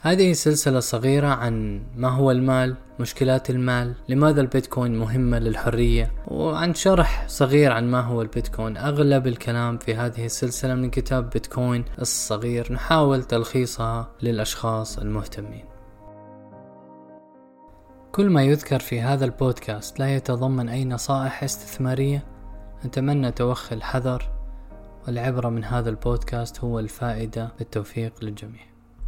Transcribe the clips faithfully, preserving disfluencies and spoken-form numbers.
هذه سلسلة صغيرة عن ما هو المال، مشكلات المال، لماذا البيتكوين مهمة للحرية، وعن شرح صغير عن ما هو البيتكوين. أغلب الكلام في هذه السلسلة من كتاب بيتكوين الصغير، نحاول تلخيصها للأشخاص المهتمين. كل ما يذكر في هذا البودكاست لا يتضمن أي نصائح استثمارية. نتمنى توخي الحذر، والعبرة من هذا البودكاست هو الفائدة بالتوفيق للجميع.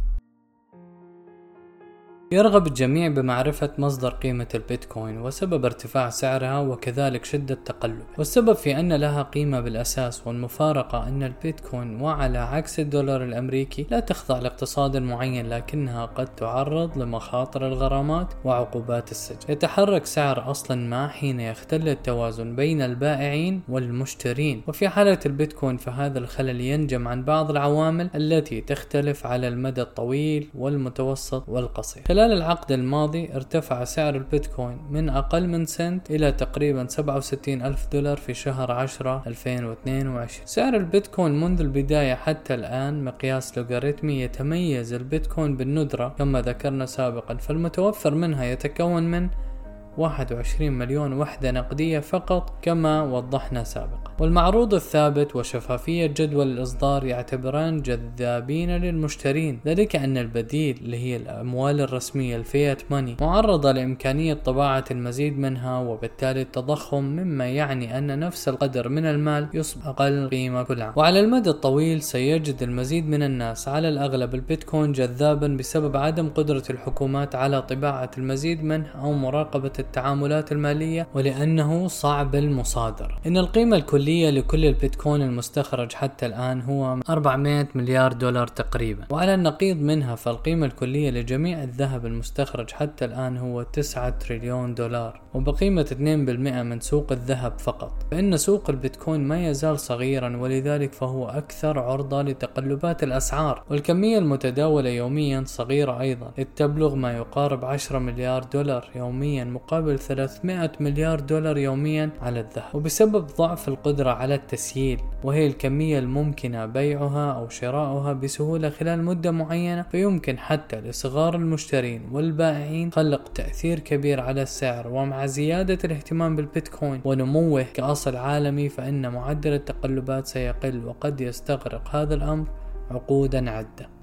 يرغب الجميع بمعرفة مصدر قيمة البيتكوين وسبب ارتفاع سعرها وكذلك شدة تقلبه، والسبب في أن لها قيمة بالأساس، والمفارقة أن البيتكوين وعلى عكس الدولار الأمريكي لا تخضع لاقتصاد معين، لكنها قد تعرض لمخاطر الغرامات وعقوبات السجن. يتحرك سعر أصلا ما حين يختل التوازن بين البائعين والمشترين، وفي حالة البيتكوين فهذا الخلل ينجم عن بعض العوامل التي تختلف على المدى الطويل والمتوسط والقصير. خلال العقد الماضي ارتفع سعر البيتكوين من أقل من سنت إلى تقريبا سبعة وستين ألف دولار في شهر عشرة ألفين واثنين وعشرين. سعر البيتكوين منذ البداية حتى الآن مقياس لوغاريتمي يتميز البيتكوين بالندرة كما ذكرنا سابقا، فالمتوفر منها يتكون من واحد وعشرين مليون وحدة نقدية فقط كما وضحنا سابقا. والمعروض الثابت وشفافية جدول الإصدار يعتبران جذابين للمشترين، ذلك أن البديل اللي هي الأموال الرسمية الفيات ماني معرضة لإمكانية طباعة المزيد منها، وبالتالي التضخم، مما يعني أن نفس القدر من المال يصبح أقل قيمة كل عام. وعلى المدى الطويل سيجد المزيد من الناس على الأغلب البيتكوين جذابا بسبب عدم قدرة الحكومات على طباعة المزيد منه أو مراقبة التعاملات المالية، ولأنه صعب المصادرة. إن القيمة الكلية لكل البيتكوين المستخرج حتى الآن هو أربعمائة مليار دولار تقريبا، وعلى النقيض منها فالقيمة الكلية لجميع الذهب المستخرج حتى الآن هو تسعة تريليون دولار، وبقيمة اثنين بالمئة من سوق الذهب فقط. فإن سوق البيتكوين ما يزال صغيرا، ولذلك فهو أكثر عرضة لتقلبات الأسعار، والكمية المتداولة يوميا صغيرة أيضا، إذ تبلغ ما يقارب عشرة مليار دولار يوميا مقابل ثلاثمائة مليار دولار يوميا على الذهب. وبسبب ضعف القدرة على التسييل، وهي الكمية الممكنة بيعها أو شراؤها بسهولة خلال مدة معينة، فيمكن حتى لصغار المشترين والبائعين خلق تأثير كبير على السعر. ومع زيادة الاهتمام بالبيتكوين ونموه كأصل عالمي فإن معدل التقلبات سيقل، وقد يستغرق هذا الأمر عقودا عدة.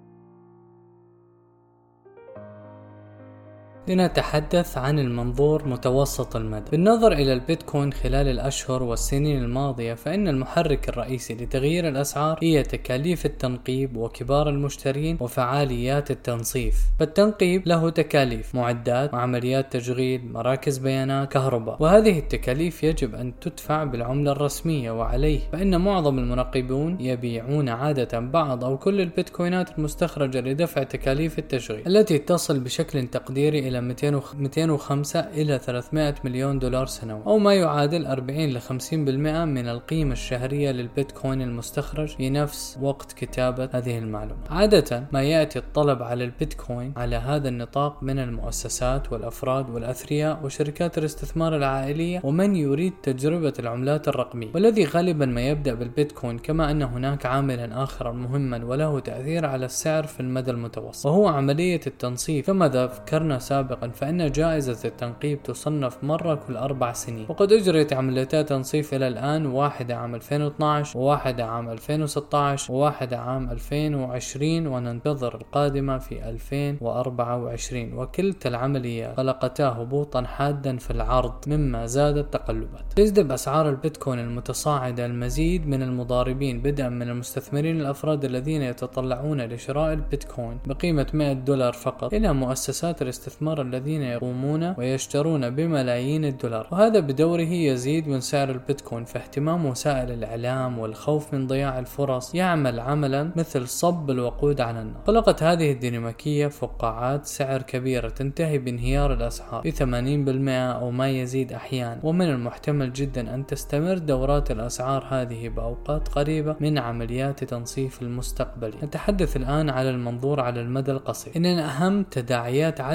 لنتحدث عن المنظور متوسط المدى. بالنظر إلى البيتكوين خلال الأشهر والسنين الماضية، فإن المحرك الرئيسي لتغيير الأسعار هي تكاليف التنقيب وكبار المشترين وفعاليات التنصيف. فالتنقيب له تكاليف، معدات وعمليات تشغيل، مراكز بيانات، كهرباء، وهذه التكاليف يجب أن تدفع بالعملة الرسمية. وعليه فإن معظم المنقبون يبيعون عادة بعض أو كل البيتكوينات المستخرجة لدفع تكاليف التشغيل التي تصل بشكل تقديري إلى مئتين وخمسة إلى ثلاثمائة مليون دولار سنوي، أو ما يعادل أربعين إلى خمسين بالمئة من القيمة الشهرية للبيتكوين المستخرج في نفس وقت كتابة هذه المعلومة. عادة ما يأتي الطلب على البيتكوين على هذا النطاق من المؤسسات والأفراد والأثرياء وشركات الاستثمار العائلية ومن يريد تجربة العملات الرقمية، والذي غالبا ما يبدأ بالبيتكوين، كما أن هناك عاملا آخر مهما وله تأثير على السعر في المدى المتوسط، وهو عملية التنصيف. كما ذكرنا سابقا فإن جائزة التنقيب تصنف مرة كل أربع سنين، وقد أجريت عمليات تنصيف إلى الآن، واحدة عام ألفين واثناشر وواحدة عام ألفين وستة عشر وواحدة عام ألفين وعشرين، وننتظر القادمة في ألفين وأربعة وعشرين، وكلتا العمليات خلقتا هبوطا حادا في العرض مما زاد التقلبات. تجذب أسعار البيتكوين المتصاعدة المزيد من المضاربين، بدءا من المستثمرين الأفراد الذين يتطلعون لشراء البيتكوين بقيمة مئة دولار فقط، إلى مؤسسات الاستثمار الذين يقومون ويشترون بملايين الدولار، وهذا بدوره يزيد من سعر البيتكوين. فاهتمام وسائل الإعلام والخوف من ضياع الفرص يعمل عملا مثل صب الوقود على النار. خلقت هذه الديناميكية فقاعات سعر كبيرة تنتهي بانهيار الأسعار بثمانين بالمئة أو ما يزيد أحيانا، ومن المحتمل جدا أن تستمر دورات الأسعار هذه بأوقات قريبة من عمليات تنصيف المستقبلي. نتحدث الآن على المنظور على المدى القصير. إن أهم تداعيات عدم وجود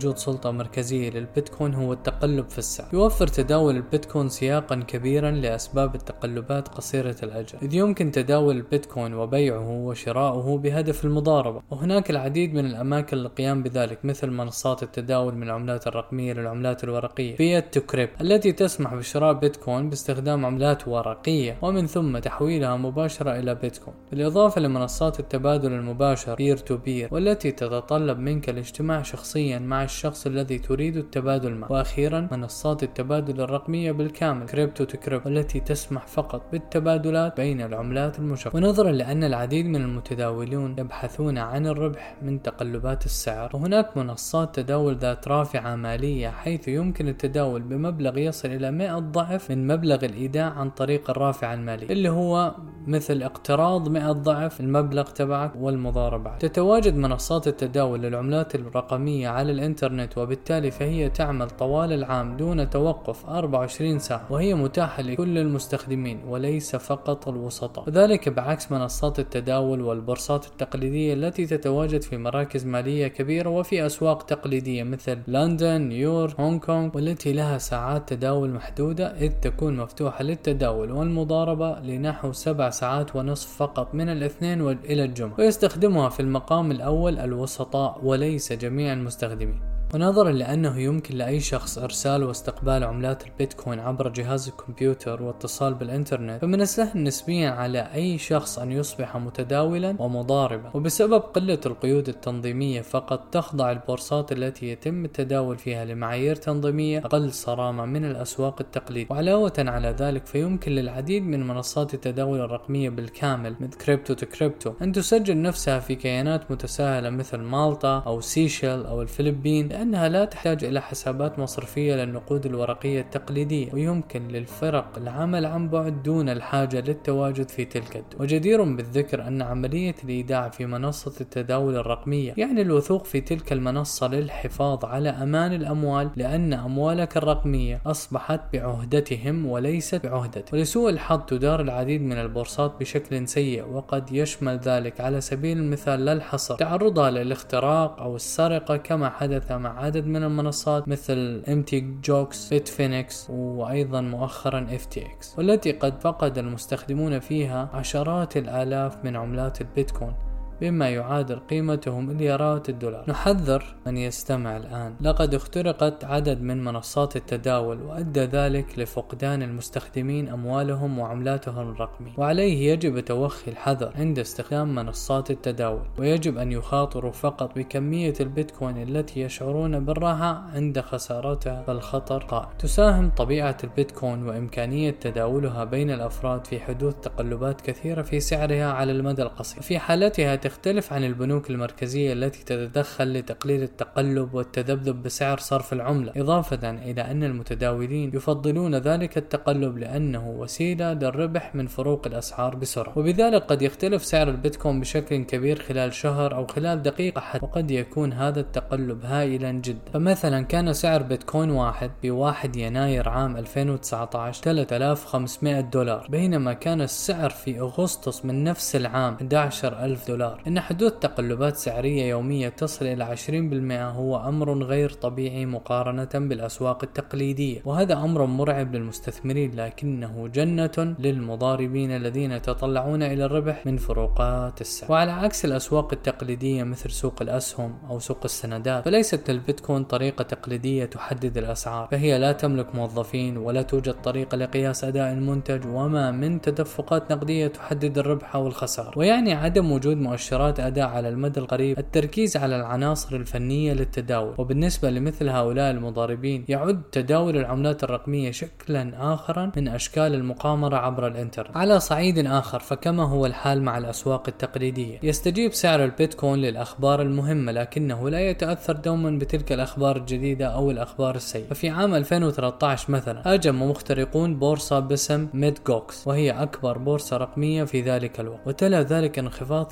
وجود سلطة مركزية للبيتكوين هو التقلب في السعر. يوفر تداول البيتكوين سياقا كبيرا لأسباب التقلبات قصيرة الأجل، إذ يمكن تداول البيتكوين وبيعه وشراؤه بهدف المضاربة، وهناك العديد من الأماكن للقيام بذلك مثل منصات التداول من العملات الرقمية للعملات الورقية Fiat to Crypto التي تسمح بشراء بيتكوين باستخدام عملات ورقية ومن ثم تحويلها مباشرة إلى بيتكوين، بالإضافة لمنصات التبادل المباشر Peer to Peer والتي تتطلب منك الاجتماع شخصيا مع الشخص الذي تريد التبادل معه، وأخيرا منصات التبادل الرقمية بالكامل Crypto to Crypto والتي تسمح فقط بالتبادلات بين العملات المشفرة. ونظرا لأن العديد من المتداولون يبحثون عن الربح من تقلبات السعر، وهناك منصات تداول ذات رافعة مالية حيث يمكن التداول بمبلغ يصل إلى مئة ضعف من مبلغ الإيداع عن طريق الرافعة المالية، اللي هو مثل اقتراض مئة ضعف المبلغ تبعك والمضاربة. تتواجد منصات التداول للعملات الرقمية على الإنترنت، وبالتالي فهي تعمل طوال العام دون توقف أربعة وعشرين ساعة، وهي متاحة لكل المستخدمين وليس فقط الوسطاء، وذلك بعكس منصات التداول والبورصات التقليدية التي تتواجد في مراكز مالية كبيرة وفي أسواق تقليدية مثل لندن، نيويورك، هونغ كونغ، والتي لها ساعات تداول محدودة إذ تكون مفتوحة للتداول والمضاربة لنحو سبع ساعات ونصف فقط من الاثنين إلى الجمعة، ويستخدمها في المقام الأول الوسطاء وليس جميع المستخدمين. ونظرا لأنه يمكن لأي شخص إرسال واستقبال عملات البيتكوين عبر جهاز الكمبيوتر واتصال بالإنترنت، فمن السهل نسبيا على أي شخص أن يصبح متداولا ومضاربا، وبسبب قلة القيود التنظيمية فقط تخضع البورصات التي يتم التداول فيها لمعايير تنظيمية أقل صرامة من الأسواق التقليدية. وعلاوة على ذلك فيمكن للعديد من منصات التداول الرقمية بالكامل مثل كريبتو تو كريبتو أن تسجل نفسها في كيانات متساهلة مثل مالطا أو سيشل أو الفلبين، لأنها لا تحتاج إلى حسابات مصرفية للنقود الورقية التقليدية، ويمكن للفرق العمل عن بعد دون الحاجة للتواجد في تلك الدول. وجدير بالذكر أن عملية الإيداع في منصة التداول الرقمية يعني الوثوق في تلك المنصة للحفاظ على أمان الأموال، لأن أموالك الرقمية أصبحت بعهدتهم وليست بعهدتك. ولسوء الحظ تدار العديد من البورصات بشكل سيء، وقد يشمل ذلك على سبيل المثال لا الحصر تعرضها للاختراق أو السرقة كما حدث مع عدد من المنصات مثل إم تي جوكس، بيتفينكس، وأيضا مؤخرا إف تي إكس، والتي قد فقد المستخدمون فيها عشرات الآلاف من عملات البيتكوين بما يعادل قيمته مليارات الدولار. نحذر من يستمع الآن، لقد اخترقت عدد من منصات التداول وأدى ذلك لفقدان المستخدمين أموالهم وعملاتهم الرقمية، وعليه يجب توخي الحذر عند استخدام منصات التداول، ويجب أن يخاطروا فقط بكمية البيتكوين التي يشعرون بالراحة عند خسارتها، فالخطر قائم. تساهم طبيعة البيتكوين وإمكانية تداولها بين الأفراد في حدوث تقلبات كثيرة في سعرها على المدى القصير، في حالتها تختلف عن البنوك المركزية التي تتدخل لتقليل التقلب والتذبذب بسعر صرف العملة، إضافة إلى أن المتداولين يفضلون ذلك التقلب لأنه وسيلة للربح من فروق الأسعار بسرعة، وبذلك قد يختلف سعر البيتكوين بشكل كبير خلال شهر أو خلال دقيقة حتى، وقد يكون هذا التقلب هائلا جدا. فمثلا كان سعر بيتكوين واحد بواحد يناير عام ألفين وتسعة عشر ثلاثة آلاف وخمسمائة دولار، بينما كان السعر في أغسطس من نفس العام أحد عشر ألف دولار. إن حدوث تقلبات سعرية يومية تصل إلى عشرين بالمئة هو أمر غير طبيعي مقارنة بالأسواق التقليدية، وهذا أمر مرعب للمستثمرين لكنه جنة للمضاربين الذين يتطلعون إلى الربح من فروقات السعر. وعلى عكس الأسواق التقليدية مثل سوق الأسهم أو سوق السندات، فليست للبيتكوين طريقة تقليدية تحدد الأسعار، فهي لا تملك موظفين ولا توجد طريقة لقياس أداء المنتج، وما من تدفقات نقدية تحدد الربح أو الخسارة. ويعني عدم وجود مؤشرات أداء على المدى القريب التركيز على العناصر الفنية للتداول. وبالنسبة لمثل هؤلاء المضاربين يعد تداول العملات الرقمية شكلا آخر من أشكال المقامرة عبر الإنترنت. على صعيد آخر، فكما هو الحال مع الأسواق التقليدية، يستجيب سعر البيتكوين للأخبار المهمة لكنه لا يتأثر دوما بتلك الأخبار الجديدة أو الأخبار السيئة. ففي عام ألفين وثلاثة عشر مثلا هاجم مخترقون بورصة باسم ميت جوكس، وهي أكبر بورصة رقمية في ذلك الوقت، وتلا ذلك انخفاض كبير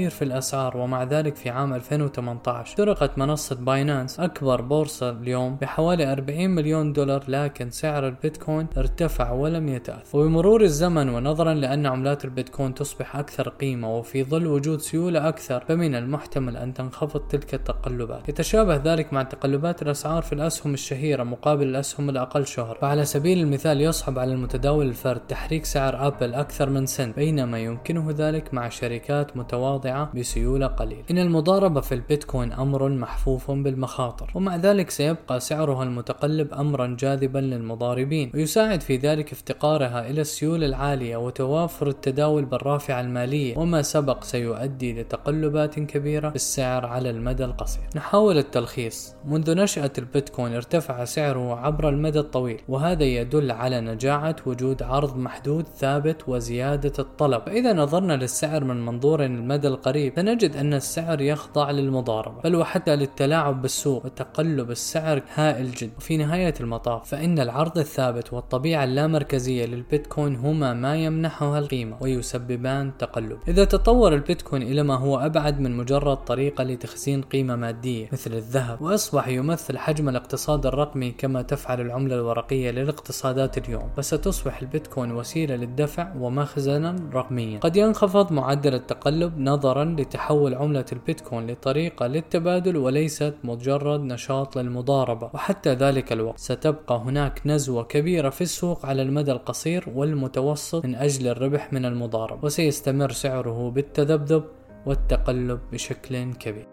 كبير في الأسعار، ومع ذلك في عام ألفين وثمانية عشر سرقت منصة باينانس أكبر بورصة اليوم بحوالي أربعين مليون دولار، لكن سعر البيتكوين ارتفع ولم يتأثر. وبمرور الزمن ونظرا لأن عملات البيتكوين تصبح أكثر قيمة وفي ظل وجود سيولة أكثر، فمن المحتمل أن تنخفض تلك التقلبات. يتشابه ذلك مع تقلبات الأسعار في الأسهم الشهيرة مقابل الأسهم الأقل شهرة. فعلى سبيل المثال يصعب على المتداول الفرد تحريك سعر أبل أكثر من سنت، بينما يمكنه ذلك مع شركات متواضعة بسيولة قليلة. إن المضاربة في البيتكوين أمر محفوف بالمخاطر، ومع ذلك سيبقى سعرها المتقلب أمرا جاذبا للمضاربين، ويساعد في ذلك افتقارها إلى السيولة العالية وتوافر التداول بالرافعة المالية، وما سبق سيؤدي لتقلبات كبيرة في السعر على المدى القصير. نحاول التلخيص. منذ نشأة البيتكوين ارتفع سعره عبر المدى الطويل، وهذا يدل على نجاعة وجود عرض محدود ثابت وزيادة الطلب. فإذا نظرنا للسعر من منظور المدى القريب فنجد أن السعر يخضع للمضاربة، بل وحتى للتلاعب بالسوق، وتقلب السعر هائل جدا. وفي نهاية المطاف فإن العرض الثابت والطبيعة اللامركزية للبيتكوين هما ما يمنحها القيمة ويسببان تقلب. إذا تطور البيتكوين إلى ما هو أبعد من مجرد طريقة لتخزين قيمة مادية مثل الذهب، وأصبح يمثل حجم الاقتصاد الرقمي كما تفعل العملة الورقية للاقتصادات اليوم، فستصبح البيتكوين وسيلة للدفع ومخزنا رقميا. قد ينخفض معدل التقلب نظرا لتحول عملة البيتكوين لطريقة للتبادل وليست مجرد نشاط للمضاربة، وحتى ذلك الوقت ستبقى هناك نزوة كبيرة في السوق على المدى القصير والمتوسط من أجل الربح من المضاربة، وسيستمر سعره بالتذبذب والتقلب بشكل كبير.